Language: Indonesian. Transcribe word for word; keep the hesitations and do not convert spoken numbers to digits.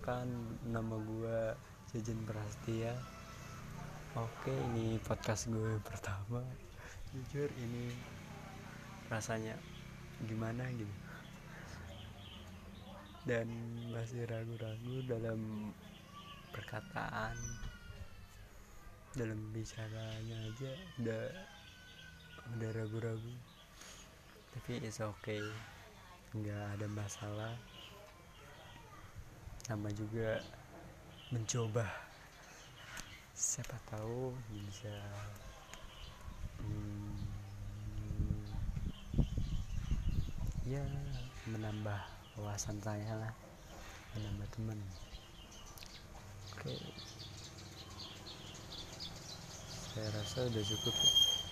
perkenalkan, nama gue Jajan Prastia. Oke, ini podcast gue pertama. Jujur ini rasanya gimana gitu, dan masih ragu-ragu dalam perkataan, dalam bicaranya aja udah udah ragu-ragu. Tapi it's okay, nggak ada masalah. Nama juga mencoba, siapa tahu bisa hmm, ya menambah wawasan saya lah, menambah teman. Oke, saya rasa udah cukup.